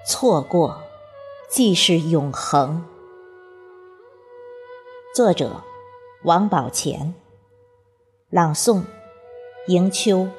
错过即是永恒。作者王宝乾，朗诵迎秋。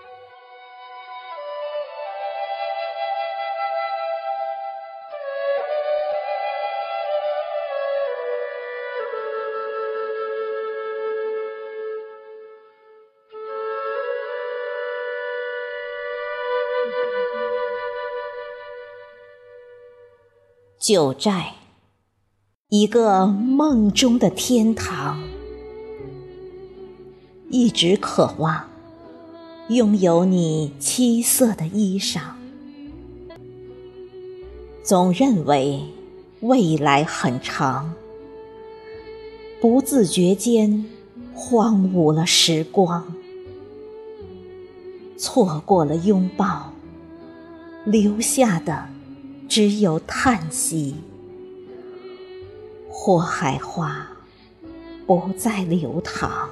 九寨，一个梦中的天堂，一直渴望拥有你七色的衣裳，总认为未来很长，不自觉间荒芜了时光，错过了拥抱，留下的只有叹息。火海花不再流淌，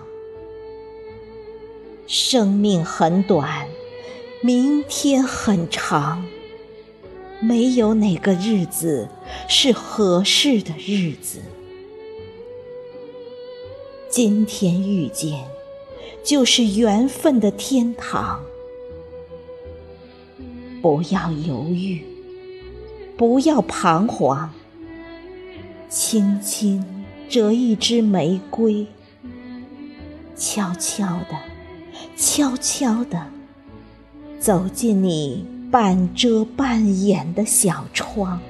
生命很短，明天很长，没有哪个日子是合适的日子。今天遇见，就是缘分的天堂。不要犹豫，不要彷徨，轻轻折一支玫瑰，悄悄地，悄悄地走进你半遮半掩的小窗。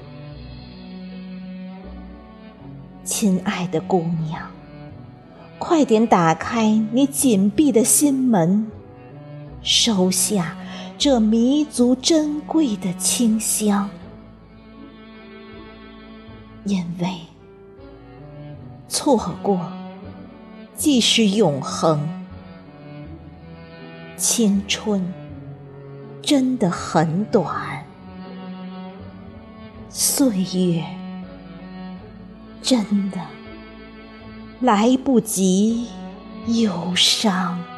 亲爱的姑娘，快点打开你紧闭的心门，收下这弥足珍贵的清香。因为错过即是永恒，青春真的很短，岁月真的来不及忧伤。